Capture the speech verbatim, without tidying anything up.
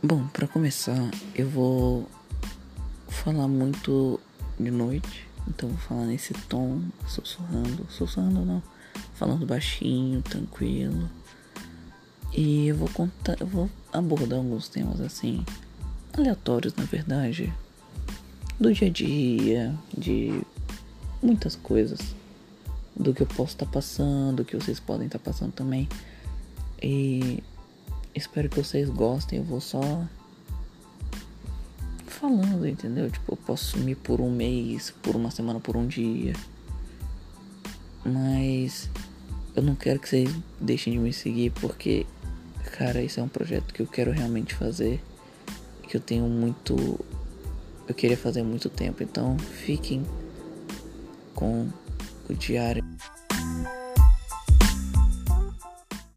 Bom, pra começar, eu vou falar muito de noite, então vou falar nesse tom, sussurrando, sussurrando não, falando baixinho, tranquilo. E eu vou contar, eu vou abordar alguns temas assim, aleatórios na verdade, do dia a dia, de muitas coisas, do que eu posso estar passando, do que vocês podem estar passando também. E espero que vocês gostem, eu vou só falando, entendeu? Tipo, eu posso sumir por um mês, por uma semana, por um dia. Mas eu não quero que vocês deixem de me seguir porque, cara, isso é um projeto que eu quero realmente fazer. Que eu tenho muito... Eu queria fazer há muito tempo. Então fiquem com o diário.